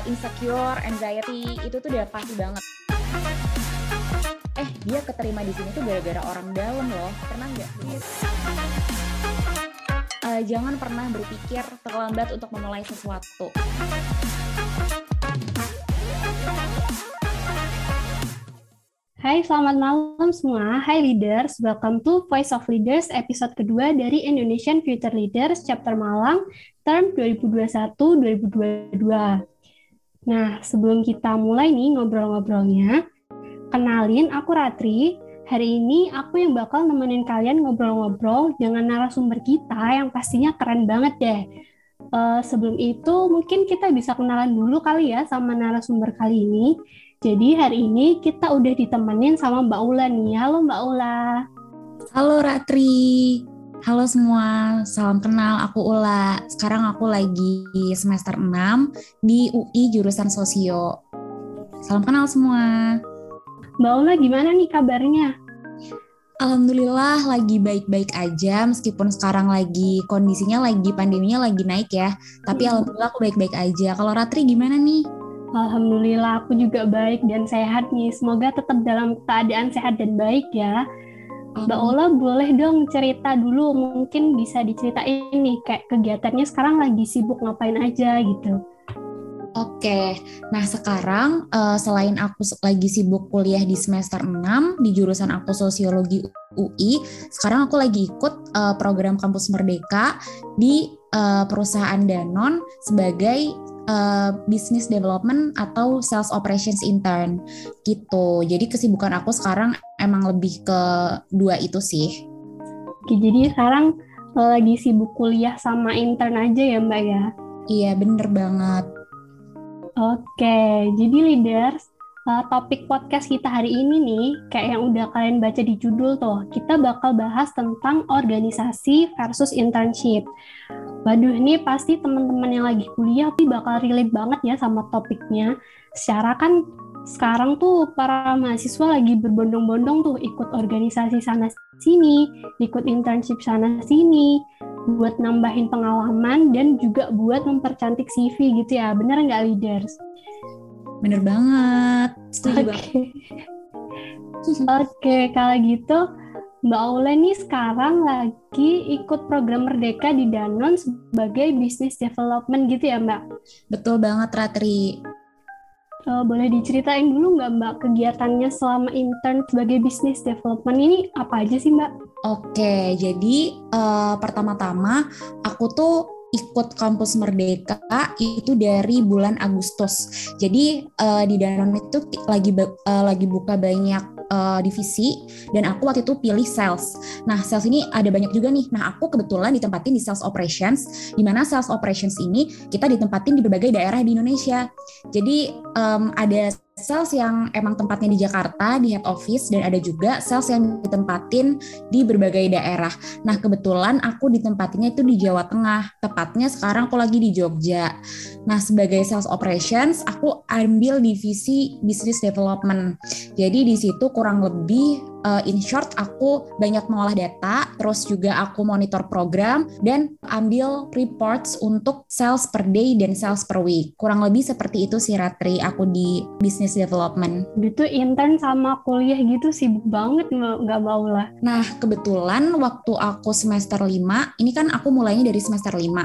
insecure, anxiety itu tuh udah pasti banget. Dia keterima di sini tuh gara-gara orang dalam loh. Pernah nggak? Jangan pernah berpikir terlambat untuk memulai sesuatu. Hai, selamat malam semua. Hai leaders, welcome to Voice of Leaders episode kedua dari Indonesian Future Leaders Chapter Malang term 2021-2022. Nah, sebelum kita mulai nih ngobrol-ngobrolnya, kenalin aku Ratri. Hari ini aku yang bakal nemenin kalian ngobrol-ngobrol dengan narasumber kita yang pastinya keren banget deh. Sebelum itu mungkin kita bisa kenalan dulu kali ya sama narasumber kali ini. Jadi hari ini kita udah ditemenin sama Mbak Ula nih. Halo Mbak Ula. Halo Ratri. Halo semua, salam kenal, aku Ula. Sekarang aku lagi semester 6 di UI jurusan Sosio. Salam kenal semua. Mbak Ula gimana nih kabarnya? Alhamdulillah lagi baik-baik aja, meskipun sekarang lagi kondisinya pandeminya lagi naik ya. Tapi alhamdulillah aku baik-baik aja. Kalau Ratri gimana nih? Alhamdulillah aku juga baik dan sehat nih. Semoga tetap dalam keadaan sehat dan baik ya. Mbak Ola boleh dong cerita dulu, mungkin bisa diceritain nih kayak kegiatannya sekarang lagi sibuk ngapain aja gitu. Oke, nah sekarang selain aku lagi sibuk kuliah di semester 6 di jurusan aku Sosiologi UI, sekarang aku lagi ikut program Kampus Merdeka di perusahaan Danone sebagai business development atau sales operations intern gitu. Jadi kesibukan aku sekarang emang lebih ke dua itu sih. Oke, jadi sekarang lagi sibuk kuliah sama intern aja ya Mbak ya? Iya, bener banget. Oke, jadi leaders, topik podcast kita hari ini nih, kayak yang udah kalian baca di judul tuh, kita bakal bahas tentang organisasi versus internship. Waduh, ini pasti teman-teman yang lagi kuliah tapi bakal relate banget ya sama topiknya. Secara kan sekarang tuh para mahasiswa lagi berbondong-bondong tuh ikut organisasi sana-sini, ikut internship sana-sini, buat nambahin pengalaman dan juga buat mempercantik CV gitu ya. Bener nggak leaders? Bener banget. Setuju banget. Oke, kalau gitu Mbak Aula nih sekarang lagi ikut program Merdeka di Danone sebagai business development gitu ya Mbak? Betul banget Ratri. Boleh diceritain dulu nggak Mbak kegiatannya selama intern sebagai business development ini apa aja sih Mbak? Oke, jadi pertama-tama aku tuh ikut Kampus Merdeka itu dari bulan Agustus. Jadi di Danone itu lagi buka banyak divisi dan aku waktu itu pilih sales. Nah, sales ini ada banyak juga nih. Nah, aku kebetulan ditempatin di sales operations, di mana sales operations ini kita ditempatin di berbagai daerah di Indonesia. Jadi ada sales yang emang tempatnya di Jakarta, di head office, dan ada juga sales yang ditempatin di berbagai daerah. Nah, kebetulan aku ditempatinnya itu di Jawa Tengah, tepatnya sekarang aku lagi di Jogja. Nah, sebagai sales operations, aku ambil divisi business development. Jadi di situ kurang lebih in short aku banyak mengolah data, terus juga aku monitor program dan ambil reports untuk sales per day dan sales per week. Kurang lebih seperti itu sih Ratri, aku di business development. Gitu intern sama kuliah gitu sibuk banget nggak Mbak Aula? Nah, kebetulan waktu aku semester 5, ini kan aku mulainya dari semester 5.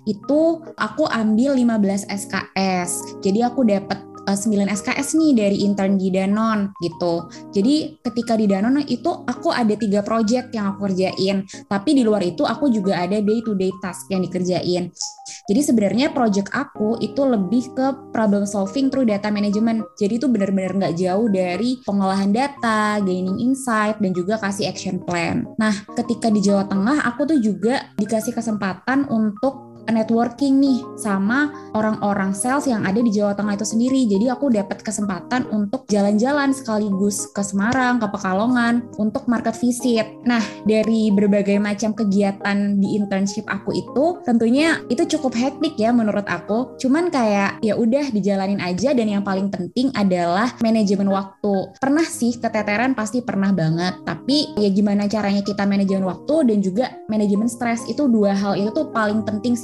Itu aku ambil 15 SKS. Jadi aku dapat 9 SKS nih dari intern di Danone gitu. Jadi ketika di Danone itu aku ada 3 project yang aku kerjain. Tapi di luar itu aku juga ada day to day task yang dikerjain. Jadi sebenarnya project aku itu lebih ke problem solving through data management. Jadi itu benar-benar nggak jauh dari pengolahan data, gaining insight, dan juga kasih action plan. Nah, ketika di Jawa Tengah aku tuh juga dikasih kesempatan untuk networking nih sama orang-orang sales yang ada di Jawa Tengah itu sendiri. Jadi aku dapat kesempatan untuk jalan-jalan sekaligus ke Semarang, ke Pekalongan untuk market visit. Nah, dari berbagai macam kegiatan di internship aku itu tentunya itu cukup hektik ya menurut aku. Cuman kayak ya udah dijalanin aja, dan yang paling penting adalah manajemen waktu. Pernah sih keteteran, pasti pernah banget. Tapi ya gimana caranya kita manajemen waktu dan juga manajemen stres, itu dua hal itu tuh paling penting sih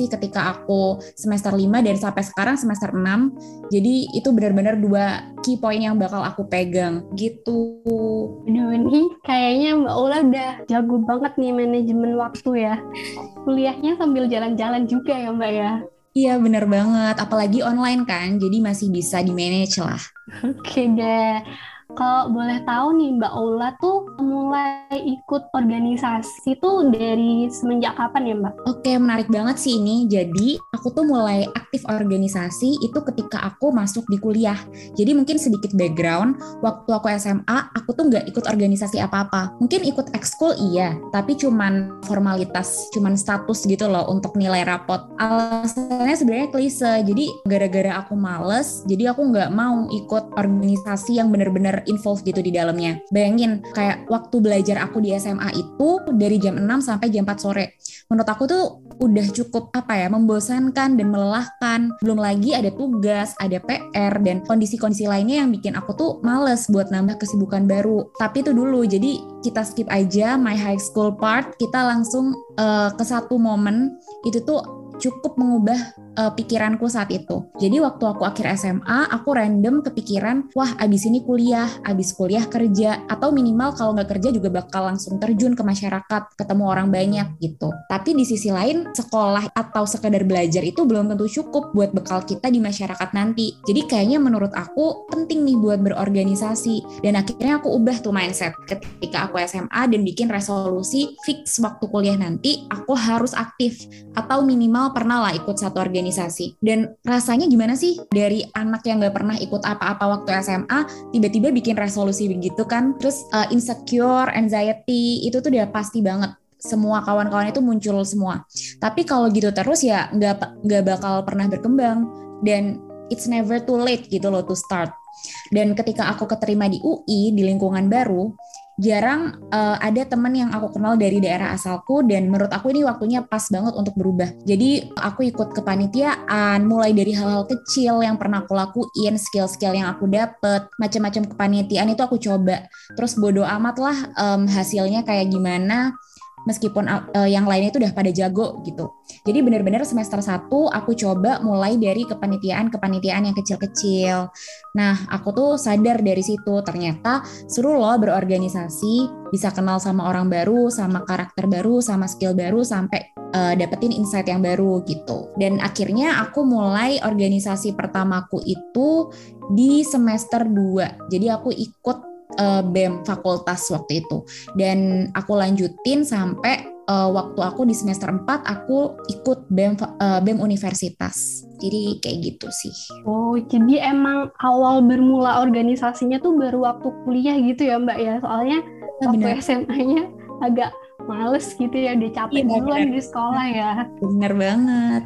sih ketika aku semester 5 dan sampai sekarang semester 6. Jadi itu benar-benar 2 key point yang bakal aku pegang gitu. Aduh, ini kayaknya Mbak Ula udah jago banget nih manajemen waktu ya. Kuliahnya sambil jalan-jalan juga ya Mbak ya. Iya benar banget, apalagi online kan, jadi masih bisa di-manage lah. Oke deh. Kalau boleh tahu nih Mbak Aula tuh mulai ikut organisasi tuh dari semenjak kapan ya Mbak? Oke, menarik banget sih ini. Jadi, aku tuh mulai aktif organisasi itu ketika aku masuk di kuliah. Jadi mungkin sedikit background, waktu aku SMA, aku tuh nggak ikut organisasi apa-apa. Mungkin ikut ekskul iya, tapi cuman formalitas, cuman status gitu loh untuk nilai rapot. Alasannya sebenarnya klise, jadi gara-gara aku males, jadi aku nggak mau ikut organisasi yang bener-bener involved gitu di dalamnya. Bayangin, kayak waktu belajar aku di SMA itu dari jam 6 sampai jam 4 sore. Menurut aku tuh udah cukup membosankan dan melelahkan. Belum lagi ada tugas, ada PR, dan kondisi-kondisi lainnya yang bikin aku tuh males buat nambah kesibukan baru. Tapi itu dulu, jadi kita skip aja my high school part, kita langsung ke satu momen, itu tuh cukup mengubah pikiranku saat itu. Jadi waktu aku akhir SMA, aku random kepikiran, wah abis ini kuliah, abis kuliah kerja, atau minimal kalau nggak kerja juga bakal langsung terjun ke masyarakat, ketemu orang banyak gitu. Tapi di sisi lain, sekolah atau sekedar belajar itu belum tentu cukup buat bekal kita di masyarakat nanti. Jadi kayaknya menurut aku penting nih buat berorganisasi. Dan akhirnya aku ubah tuh mindset ketika aku SMA dan bikin resolusi fix waktu kuliah nanti, aku harus aktif atau minimal pernah lah ikut satu organisasi. Dan rasanya gimana sih dari anak yang gak pernah ikut apa-apa waktu SMA tiba-tiba bikin resolusi begitu kan, terus insecure, anxiety itu tuh udah pasti banget, semua kawan-kawan itu muncul semua. Tapi kalau gitu terus ya nggak bakal pernah berkembang, dan it's never too late gitu loh to start. Dan ketika aku keterima di UI di lingkungan baru, jarang ada teman yang aku kenal dari daerah asalku, dan menurut aku ini waktunya pas banget untuk berubah. Jadi aku ikut kepanitiaan, mulai dari hal-hal kecil yang pernah aku lakuin, skill-skill yang aku dapet, macam-macam kepanitiaan itu aku coba. Terus bodo amat lah hasilnya kayak gimana, meskipun yang lainnya itu udah pada jago gitu. Jadi benar-benar semester 1 aku coba mulai dari kepanitiaan yang kecil-kecil. Nah, aku tuh sadar dari situ, ternyata seru loh berorganisasi, bisa kenal sama orang baru, sama karakter baru, sama skill baru, sampai dapetin insight yang baru gitu. Dan akhirnya aku mulai organisasi pertamaku itu di semester 2. Jadi aku ikut BEM fakultas waktu itu, dan aku lanjutin sampai waktu aku di semester 4 aku ikut BEM universitas. Jadi kayak gitu sih. Oh, jadi emang awal bermula organisasinya tuh baru waktu kuliah gitu ya Mbak ya? Soalnya waktu SMA-nya agak males gitu ya, udah capek duluan di sekolah ya. Bener banget.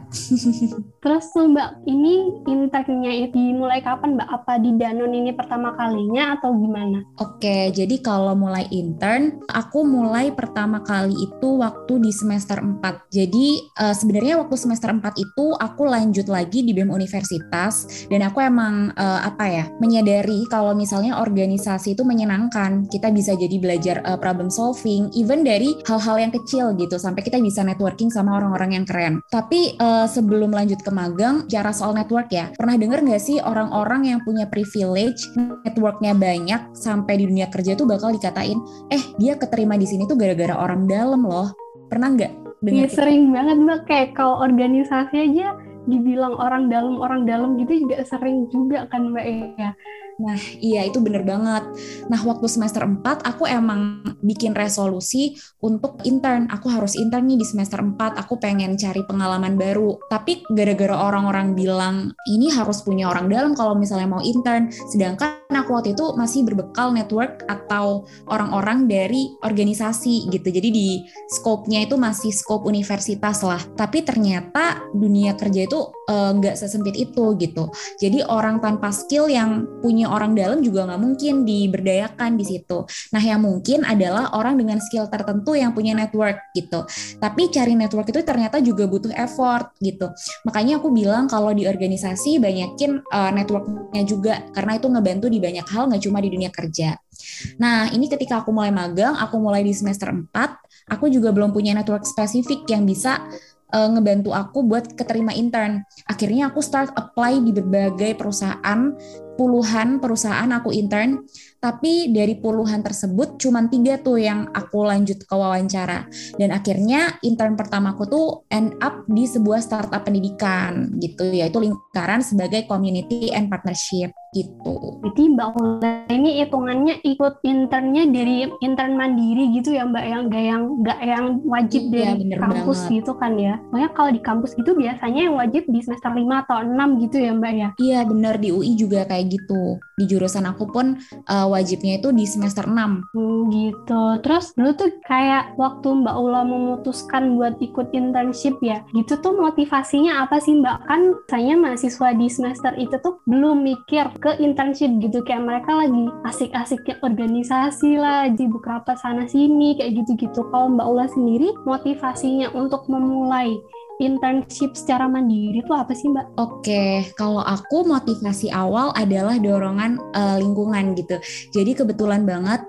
Terus tuh Mbak, ini internnya dimulai kapan Mbak? Apa di Danone ini pertama kalinya atau gimana? Oke, jadi kalau mulai intern, aku mulai pertama kali itu waktu di semester 4. Jadi sebenarnya waktu semester 4 itu aku lanjut lagi di BEM Universitas, dan aku emang menyadari kalau misalnya organisasi itu menyenangkan. Kita bisa jadi belajar problem solving, even dari hal-hal yang kecil gitu, sampai kita bisa networking sama orang-orang yang keren. Tapi sebelum lanjut ke magang, cara soal network ya, pernah denger gak sih orang-orang yang punya privilege, networknya banyak, sampai di dunia kerja tuh bakal dikatain, dia keterima di sini tuh gara-gara orang dalam loh. Pernah nggak dengar? Iya, sering banget Mbak, kayak kalau organisasi aja dibilang orang dalam gitu juga sering juga kan Mbak ya. Nah, iya itu bener banget. Nah, waktu semester 4 aku emang bikin resolusi untuk intern. Aku harus intern nih di semester 4, aku pengen cari pengalaman baru. Tapi gara-gara orang-orang bilang ini harus punya orang dalam kalau misalnya mau intern. Sedangkan aku waktu itu masih berbekal network atau orang-orang dari organisasi gitu. Jadi di scope-nya itu masih scope universitas lah. Tapi ternyata dunia kerja itu nggak sesempit itu gitu. Jadi orang tanpa skill yang punya orang dalam juga nggak mungkin diberdayakan di situ. Nah, yang mungkin adalah orang dengan skill tertentu yang punya network gitu. Tapi cari network itu ternyata juga butuh effort gitu. Makanya aku bilang kalau di organisasi banyakin networknya juga, karena itu ngebantu di banyak hal, nggak cuma di dunia kerja. Nah, ini ketika aku mulai magang, aku mulai di semester 4, aku juga belum punya network spesifik yang bisa ngebantu aku buat keterima intern. Akhirnya aku start apply di berbagai perusahaan, puluhan perusahaan aku intern, tapi dari puluhan tersebut cuman 3 tuh yang aku lanjut ke wawancara. Dan akhirnya intern pertamaku tuh end up di sebuah startup pendidikan gitu, yaitu lingkaran sebagai community and partnership gitu. Jadi Mbak Ula ini hitungannya ikut internnya dari intern mandiri gitu ya Mbak, yang nggak yang wajib Iya, dari bener kampus banget. gitu kan ya. Pokoknya kalau di kampus gitu biasanya yang wajib di semester 5 atau 6 gitu ya Mbak ya. Iya, bener di UI juga kayak gitu. Di jurusan aku pun wajibnya itu di semester 6. Gitu. Terus dulu tuh kayak waktu Mbak Ula memutuskan buat ikut internship ya, gitu tuh motivasinya apa sih Mbak? Kan saya mahasiswa di semester itu tuh belum mikir ke internship gitu, kayak mereka lagi asik-asiknya organisasi lah, di beberapa sana sini kayak gitu-gitu. Kalau Mbak Ula sendiri motivasinya untuk memulai internship secara mandiri tuh apa sih Mbak? Oke, kalau aku motivasi awal adalah dorongan lingkungan gitu. Jadi kebetulan banget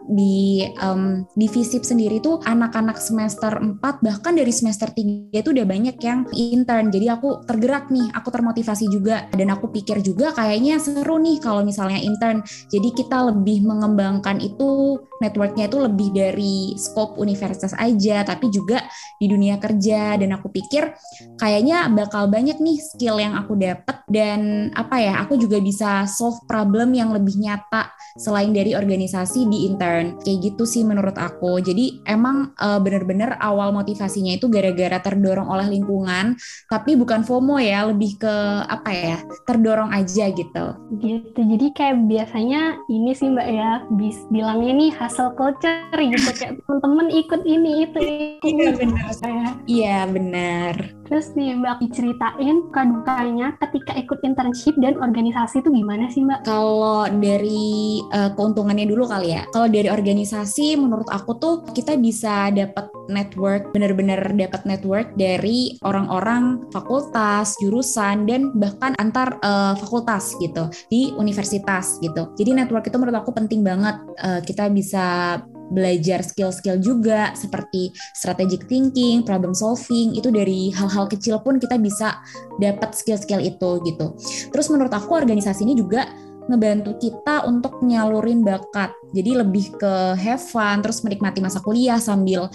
di FISIP sendiri tuh anak-anak semester 4 bahkan dari semester 3 itu udah banyak yang intern. Jadi aku tergerak nih, aku termotivasi juga dan aku pikir juga kayaknya seru nih kalau misalnya intern. Jadi kita lebih mengembangkan itu networknya itu lebih dari scope universitas aja, tapi juga di dunia kerja. Dan aku pikir kayaknya bakal banyak nih skill yang aku dapat dan apa ya, aku juga bisa solve problem yang lebih nyata selain dari organisasi di intern. Kayak gitu sih menurut aku. Jadi emang bener-bener awal motivasinya itu gara-gara terdorong oleh lingkungan, tapi bukan FOMO ya, lebih ke apa ya, terdorong aja gitu. Gitu. Jadi kayak biasanya ini sih Mbak ya, bilangnya nih hustle culture gitu, kayak teman-teman ikut ini itu Iya ini benar. ya. Iya benar. Terus nih Mbak diceritain dukanya ketika ikut internship dan organisasi itu gimana sih Mbak? Kalau dari keuntungannya dulu kali ya. Kalau dari organisasi menurut aku tuh kita bisa dapat network, benar-benar dapat network dari orang-orang fakultas, jurusan dan bahkan antar fakultas gitu di universitas gitu. Jadi network itu menurut aku penting banget. Kita bisa belajar skill-skill juga seperti strategic thinking, problem solving, itu dari hal-hal kecil pun kita bisa dapat skill-skill itu gitu. Terus menurut aku organisasi ini juga ngebantu kita untuk nyalurin bakat. Jadi lebih ke have fun, terus menikmati masa kuliah sambil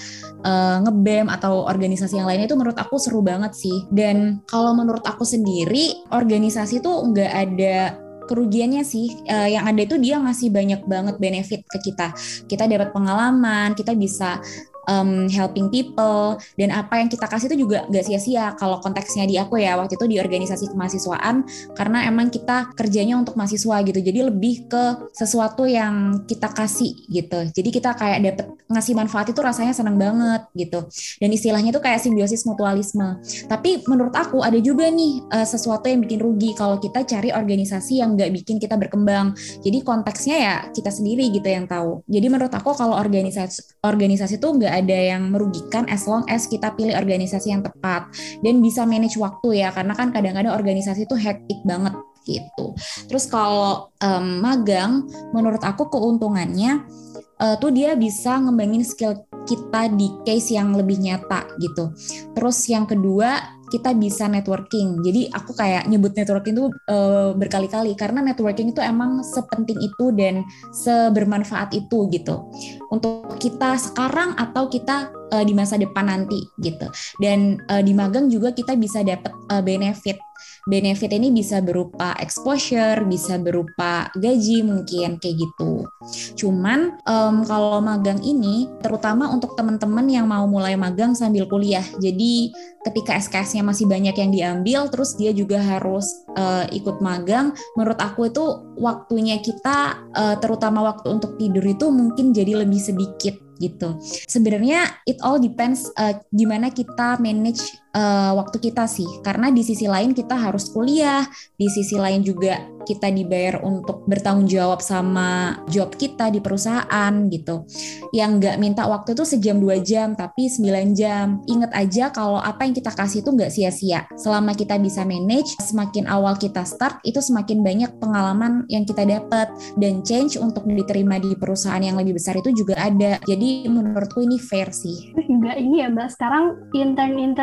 ngebem atau organisasi yang lainnya itu menurut aku seru banget sih. Dan kalau menurut aku sendiri, organisasi tuh nggak ada kerugiannya sih. Yang ada itu dia ngasih banyak banget benefit ke kita. Kita dapat pengalaman, kita bisa helping people, dan apa yang kita kasih itu juga gak sia-sia. Kalau konteksnya di aku ya, waktu itu di organisasi kemahasiswaan, karena emang kita kerjanya untuk mahasiswa gitu, jadi lebih ke sesuatu yang kita kasih gitu. Jadi kita kayak dapet ngasih manfaat itu rasanya senang banget gitu. Dan istilahnya itu kayak simbiosis mutualisme. Tapi menurut aku ada juga nih sesuatu yang bikin rugi kalau kita cari organisasi yang gak bikin kita berkembang. Jadi konteksnya ya kita sendiri gitu yang tahu. Jadi menurut aku kalau organisasi itu nggak ada yang merugikan as long as kita pilih organisasi yang tepat dan bisa manage waktu ya, karena kan kadang-kadang organisasi itu hektik banget gitu. Terus kalau magang, menurut aku keuntungannya tuh dia bisa ngembangin skill kita di case yang lebih nyata gitu. Terus yang kedua, kita bisa networking. Jadi aku kayak nyebut networking itu berkali-kali karena networking itu emang sepenting itu dan sebermanfaat itu gitu untuk kita sekarang atau kita di masa depan nanti gitu. Dan di magang juga kita bisa dapat benefit. Benefit ini bisa berupa exposure, bisa berupa gaji mungkin kayak gitu. Cuman kalau magang ini terutama untuk teman-teman yang mau mulai magang sambil kuliah. Jadi ketika SKS-nya masih banyak yang diambil, terus dia juga harus ikut magang. Menurut aku itu waktunya kita, terutama waktu untuk tidur itu mungkin jadi lebih sedikit gitu. Sebenarnya it all depends gimana kita manage waktu kita sih. Karena di sisi lain kita harus kuliah, di sisi lain juga kita dibayar untuk bertanggung jawab sama job kita di perusahaan gitu. Yang nggak minta waktu itu sejam 2 jam, tapi 9 jam. Ingat aja kalau apa yang kita kasih itu nggak sia-sia. Selama kita bisa manage, semakin awal kita start, itu semakin banyak pengalaman yang kita dapat. Dan change untuk diterima di perusahaan yang lebih besar itu juga ada. Jadi menurutku ini fair sih. Terus juga ini ya Mbak, sekarang intern-intern tuh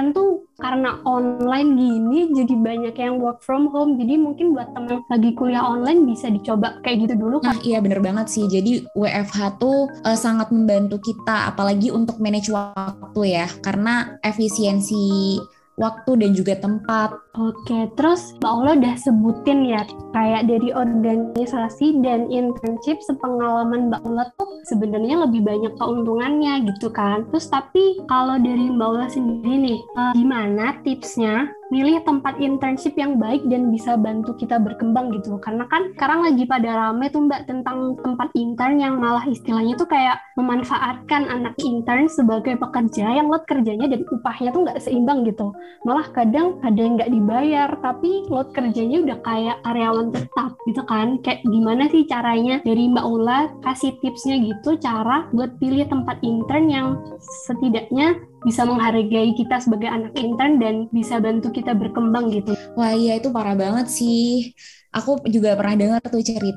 tuh karena online gini jadi banyak yang work from home. Jadi mungkin buat teman lagi kuliah online bisa dicoba kayak gitu dulu kan. Nah, iya bener banget sih. Jadi WFH tuh sangat membantu kita, apalagi untuk manage waktu ya, karena efisiensi waktu dan juga tempat. Oke, terus Mbak Ola udah sebutin ya, kayak dari organisasi dan internship, sepengalaman Mbak Ola tuh sebenarnya lebih banyak keuntungannya gitu kan. Terus tapi kalau dari Mbak Ola sendiri nih, gimana tipsnya milih tempat internship yang baik dan bisa bantu kita berkembang gitu? Karena kan sekarang lagi pada rame tuh Mbak tentang tempat intern yang malah istilahnya tuh kayak memanfaatkan anak intern sebagai pekerja yang load kerjanya dan upahnya tuh nggak seimbang gitu. Malah kadang ada yang nggak dibayar tapi load kerjanya udah kayak karyawan tetap gitu kan. Kayak gimana sih caranya dari Mbak Ula kasih tipsnya gitu, cara buat pilih tempat intern yang setidaknya bisa menghargai kita sebagai anak intern dan bisa bantu kita berkembang gitu. Wah iya itu parah banget sih. Aku juga pernah dengar tuh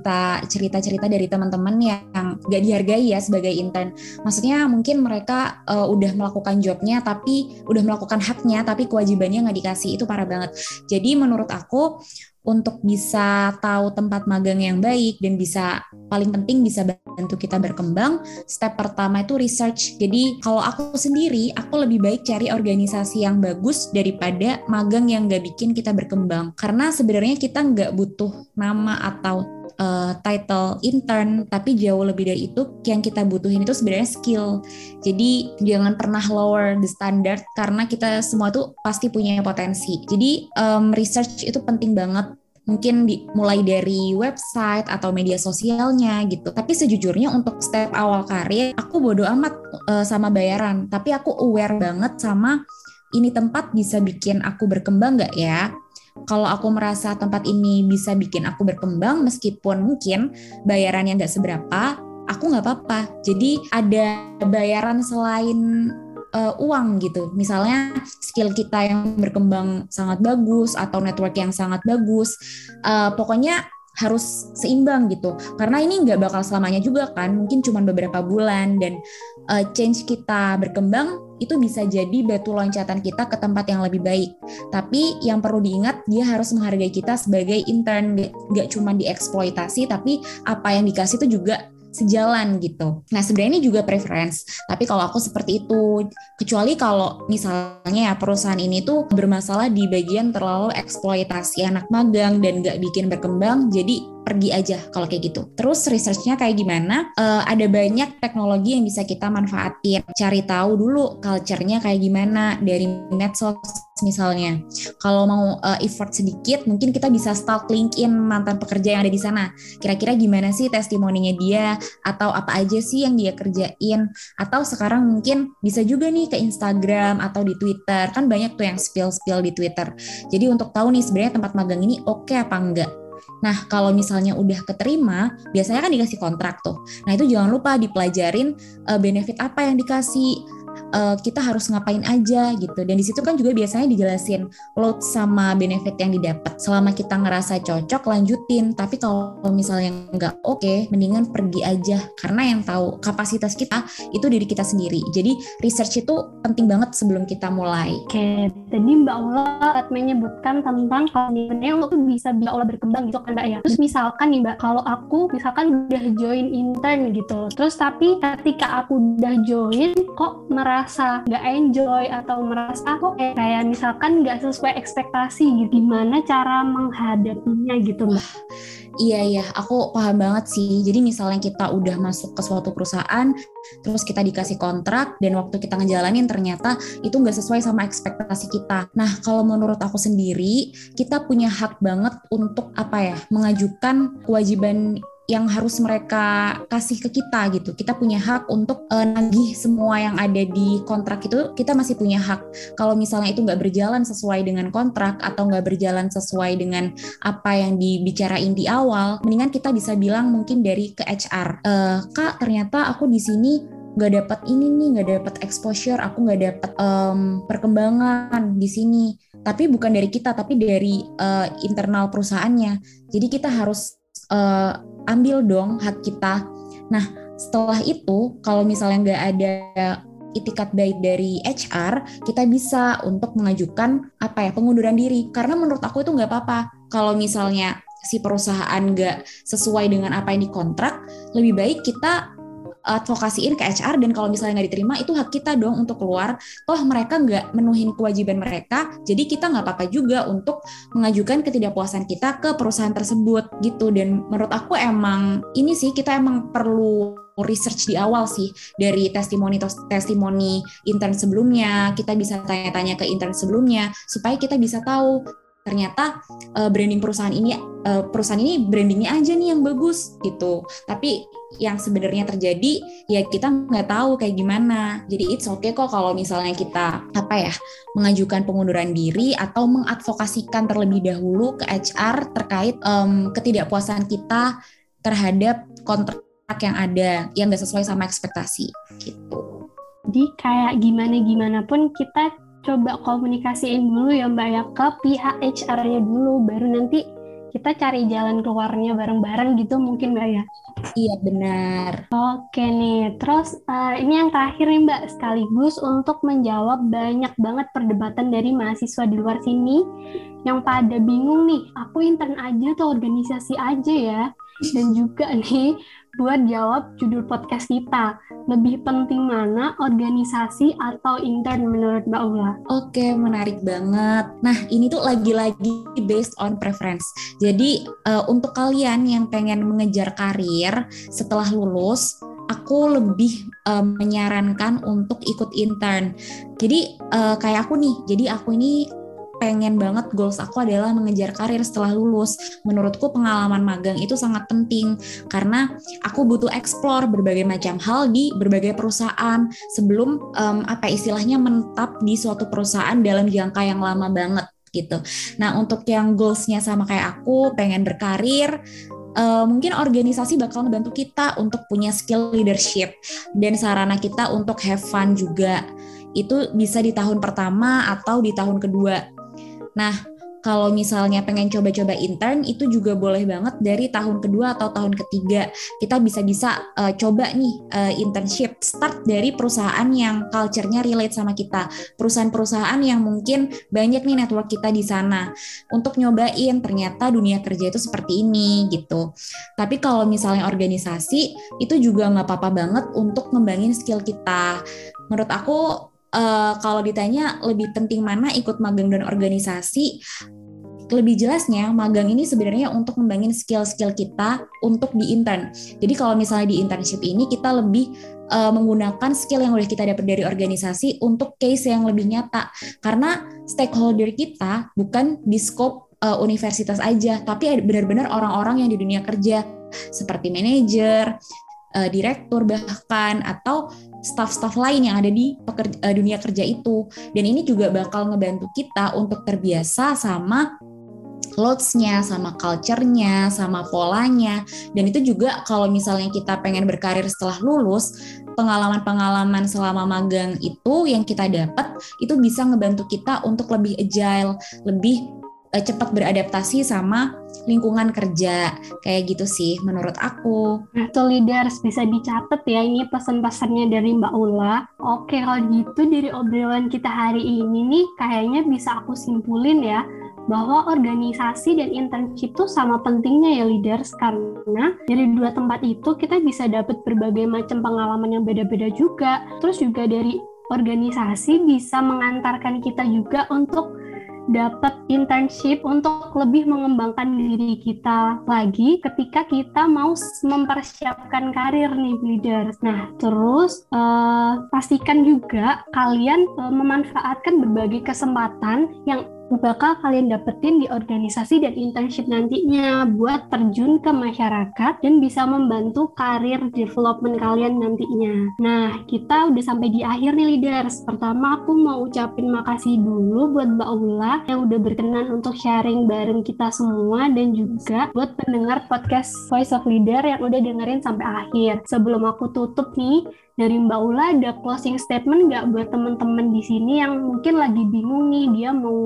cerita dari teman-teman yang gak dihargai ya sebagai intern. Maksudnya mungkin mereka udah melakukan jobnya tapi udah melakukan haknya tapi kewajibannya gak dikasih. Itu parah banget. Jadi menurut aku untuk bisa tahu tempat magang yang baik dan bisa paling penting bisa bantu kita berkembang, step pertama itu research. Jadi kalau aku sendiri, aku lebih baik cari organisasi yang bagus daripada magang yang gak bikin kita berkembang. Karena sebenarnya kita nggak butuh nama atau title intern, tapi jauh lebih dari itu yang kita butuhin itu sebenarnya skill. Jadi jangan pernah lower the standard karena kita semua tuh pasti punya potensi. Jadi research itu penting banget. Mungkin mulai dari website atau media sosialnya gitu. Tapi sejujurnya untuk step awal karir, aku bodo amat sama bayaran. Tapi aku aware banget sama ini tempat bisa bikin aku berkembang nggak ya? Kalau aku merasa tempat ini bisa bikin aku berkembang, meskipun mungkin bayarannya nggak seberapa, aku nggak apa-apa. Jadi ada bayaran selain uang gitu. Misalnya skill kita yang berkembang sangat bagus atau network yang sangat bagus. Pokoknya harus seimbang gitu. Karena ini nggak bakal selamanya juga kan. Mungkin cuma beberapa bulan dan change kita berkembang itu bisa jadi batu loncatan kita ke tempat yang lebih baik. Tapi yang perlu diingat, dia harus menghargai kita sebagai intern, gak cuma dieksploitasi, tapi apa yang dikasih itu juga sejalan gitu. Nah sebenarnya ini juga preference, tapi kalau aku seperti itu, kecuali kalau misalnya ya perusahaan ini tuh bermasalah di bagian terlalu eksploitasi anak magang dan gak bikin berkembang, jadi pergi aja kalau kayak gitu. Terus research-nya kayak gimana? Ada banyak teknologi yang bisa kita manfaatin. Cari tahu dulu culture-nya kayak gimana dari medsos misalnya. Kalau mau effort sedikit, mungkin kita bisa stalk LinkedIn mantan pekerja yang ada di sana. Kira-kira gimana sih testimoninya dia? Atau apa aja sih yang dia kerjain? Atau sekarang mungkin bisa juga nih ke Instagram atau di Twitter. Kan banyak tuh yang spill-spill di Twitter. Jadi untuk tahu nih sebenarnya tempat magang ini oke apa enggak. Nah, kalau misalnya udah keterima, biasanya kan dikasih kontrak tuh. Nah, itu jangan lupa dipelajarin benefit apa yang dikasih, kita harus ngapain aja gitu. Dan di situ kan juga biasanya dijelasin load sama benefit yang didapat. Selama kita ngerasa cocok, lanjutin. Tapi kalau misalnya nggak oke, mendingan pergi aja. Karena yang tahu kapasitas kita itu diri kita sendiri. Jadi research itu penting banget sebelum kita mulai. Oke, tadi Mbak Ola menyebutkan tentang kalau sebenarnya lo tuh bisa Mbak Ola berkembang gitu kan Mbak ya. Terus misalkan nih Mbak, kalau aku misalkan udah join intern gitu, terus tapi ketika aku udah join kok merasa nggak enjoy atau merasa kok kayak misalkan nggak sesuai ekspektasi gitu, gimana cara menghadapinya gitu Mbak? Iya, aku paham banget sih. Jadi misalnya kita udah masuk ke suatu perusahaan, terus kita dikasih kontrak, dan waktu kita ngejalanin ternyata itu nggak sesuai sama ekspektasi kita. Nah, kalau menurut aku sendiri, kita punya hak banget untuk mengajukan kewajiban yang harus mereka kasih ke kita gitu. Kita punya hak untuk nagih semua yang ada di kontrak itu, kita masih punya hak. Kalau misalnya itu nggak berjalan sesuai dengan kontrak atau nggak berjalan sesuai dengan apa yang dibicarain di awal, mendingan kita bisa bilang mungkin dari ke HR, Kak ternyata aku di sini nggak dapat ini nih, nggak dapat exposure, aku nggak dapat perkembangan di sini. Tapi bukan dari kita, tapi dari internal perusahaannya. Jadi kita harus ambil dong hak kita. Nah, setelah itu kalau misalnya nggak ada itikat baik dari HR, kita bisa untuk mengajukan pengunduran diri. Karena menurut aku itu nggak apa-apa. Kalau misalnya si perusahaan nggak sesuai dengan apa yang dikontrak, lebih baik kita advokasiin ke HR, dan kalau misalnya nggak diterima itu hak kita dong untuk keluar. Toh mereka nggak menuhin kewajiban mereka, jadi kita nggak apa-apa juga untuk mengajukan ketidakpuasan kita ke perusahaan tersebut gitu. Dan menurut aku emang ini sih, kita emang perlu research di awal sih, dari testimoni intern sebelumnya. Kita bisa tanya-tanya ke intern sebelumnya supaya kita bisa tahu ternyata branding perusahaan ini brandingnya aja nih yang bagus gitu, tapi yang sebenarnya terjadi ya kita nggak tahu kayak gimana. Jadi it's okay kok kalau misalnya kita mengajukan pengunduran diri atau mengadvokasikan terlebih dahulu ke HR terkait ketidakpuasan kita terhadap kontrak yang ada yang nggak sesuai sama ekspektasi gitu. Jadi kayak gimana pun kita coba komunikasiin dulu ya Mbak ya ke pihak HR-nya dulu, baru nanti kita cari jalan keluarnya bareng-bareng gitu mungkin Mbak ya. Iya benar. Oke nih, terus ini yang terakhir nih Mbak, sekaligus untuk menjawab banyak banget perdebatan dari mahasiswa di luar sini yang pada bingung nih, aku intern aja atau organisasi aja ya? Dan juga nih, buat jawab judul podcast kita, lebih penting mana organisasi atau intern menurut Mbak Ula? Oke, menarik banget. Nah, ini tuh lagi-lagi based on preference. Jadi, untuk kalian yang pengen mengejar karir setelah lulus, aku lebih menyarankan untuk ikut intern. Jadi, kayak aku nih, jadi aku ini pengen banget, goals aku adalah mengejar karir setelah lulus. Menurutku pengalaman magang itu sangat penting karena aku butuh explore berbagai macam hal di berbagai perusahaan sebelum istilahnya menetap di suatu perusahaan dalam jangka yang lama banget gitu. Nah, untuk yang goalsnya sama kayak aku, pengen berkarir, mungkin organisasi bakal ngebantu kita untuk punya skill leadership dan sarana kita untuk have fun juga. Itu bisa di tahun pertama atau di tahun kedua. Nah, kalau misalnya pengen coba-coba intern, itu juga boleh banget dari tahun kedua atau tahun ketiga. Kita bisa coba nih internship, start dari perusahaan yang culture-nya relate sama kita. Perusahaan-perusahaan yang mungkin banyak nih network kita di sana. Untuk nyobain ternyata dunia kerja itu seperti ini gitu. Tapi kalau misalnya organisasi, itu juga nggak apa-apa banget untuk ngembangin skill kita. Menurut aku, kalau ditanya lebih penting mana ikut magang dan organisasi, lebih jelasnya magang ini sebenarnya untuk ngembangin skill-skill kita untuk di intern. Jadi kalau misalnya di internship ini kita lebih menggunakan skill yang udah kita dapat dari organisasi untuk case yang lebih nyata. Karena stakeholder kita bukan di scope universitas aja, tapi benar-benar orang-orang yang di dunia kerja seperti manajer, direktur bahkan, atau staff-staff lain yang ada di dunia kerja itu. Dan ini juga bakal ngebantu kita untuk terbiasa sama loads-nya, sama culture-nya, sama polanya. Dan itu juga kalau misalnya kita pengen berkarir setelah lulus, pengalaman-pengalaman selama magang itu yang kita dapat, itu bisa ngebantu kita untuk lebih agile, lebih cepat beradaptasi sama lingkungan kerja. Kayak gitu sih menurut aku. Nah, tuh leaders, bisa dicatat ya ini pesan-pesannya dari Mbak Ula. Oke, kalau gitu dari obrolan kita hari ini nih, kayaknya bisa aku simpulin ya, bahwa organisasi dan internship itu sama pentingnya ya leaders, karena dari dua tempat itu kita bisa dapat berbagai macam pengalaman yang beda-beda juga. Terus juga dari organisasi bisa mengantarkan kita juga untuk dapat internship untuk lebih mengembangkan diri kita lagi ketika kita mau mempersiapkan karir nih leaders. Nah, terus pastikan juga kalian memanfaatkan berbagai kesempatan yang bakal kalian dapetin di organisasi dan internship nantinya buat terjun ke masyarakat dan bisa membantu karir development kalian nantinya. Nah, kita udah sampai di akhir nih leaders. Pertama, aku mau ucapin makasih dulu buat Mbak Ula yang udah berkenan untuk sharing bareng kita semua, dan juga buat pendengar podcast Voice of Leader yang udah dengerin sampai akhir. Sebelum aku tutup nih, dari Mbak Ula ada closing statement nggak buat teman-teman di sini yang mungkin lagi bingung nih, dia mau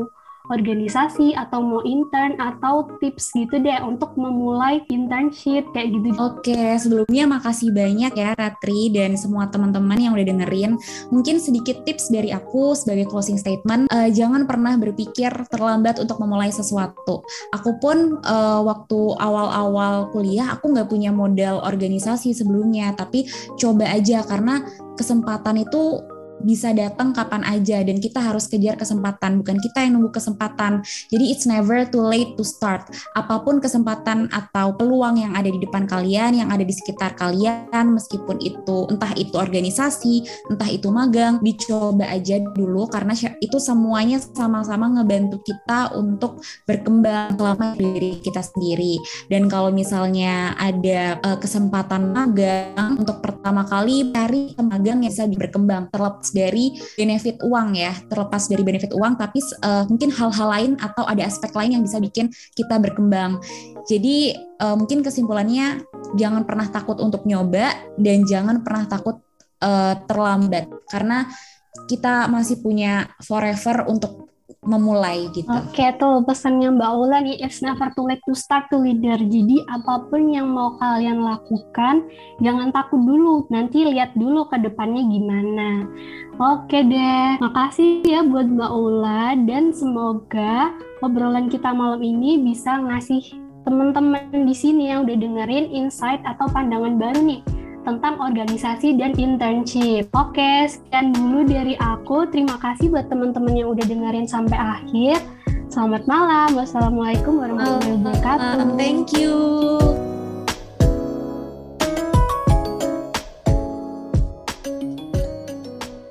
organisasi atau mau intern atau tips gitu deh untuk memulai internship kayak gitu. Oke, sebelumnya makasih banyak ya Ratri dan semua teman-teman yang udah dengerin. Mungkin sedikit tips dari aku sebagai closing statement, jangan pernah berpikir terlambat untuk memulai sesuatu. Aku pun waktu awal-awal kuliah aku nggak punya modal organisasi sebelumnya, tapi coba aja karena kesempatan itu bisa datang kapan aja dan kita harus kejar kesempatan, bukan kita yang nunggu kesempatan. Jadi it's never too late to start. Apapun kesempatan atau peluang yang ada di depan kalian, yang ada di sekitar kalian, meskipun itu entah itu organisasi, entah itu magang, dicoba aja dulu karena itu semuanya sama-sama ngebantu kita untuk berkembang selama diri kita sendiri. Dan kalau misalnya ada kesempatan magang untuk pertama kali cari magang yang bisa berkembang terlepas dari benefit uang ya, terlepas dari benefit uang, tapi mungkin hal-hal lain atau ada aspek lain yang bisa bikin kita berkembang. Jadi mungkin kesimpulannya jangan pernah takut untuk nyoba dan jangan pernah takut terlambat karena kita masih punya forever untuk memulai gitu. Oke, tuh pesannya Mbak Ula nih, it's never too late to start to leader. Jadi apapun yang mau kalian lakukan, jangan takut dulu, nanti lihat dulu ke depannya gimana. Oke deh, makasih ya buat Mbak Ula dan semoga obrolan kita malam ini bisa ngasih teman-teman di sini yang udah dengerin insight atau pandangan baru nih tentang organisasi dan internship. Oke, sekian dulu dari aku. Terima kasih buat teman-teman yang udah dengerin sampai akhir. Selamat malam. Wassalamualaikum warahmatullahi wabarakatuh. Thank you.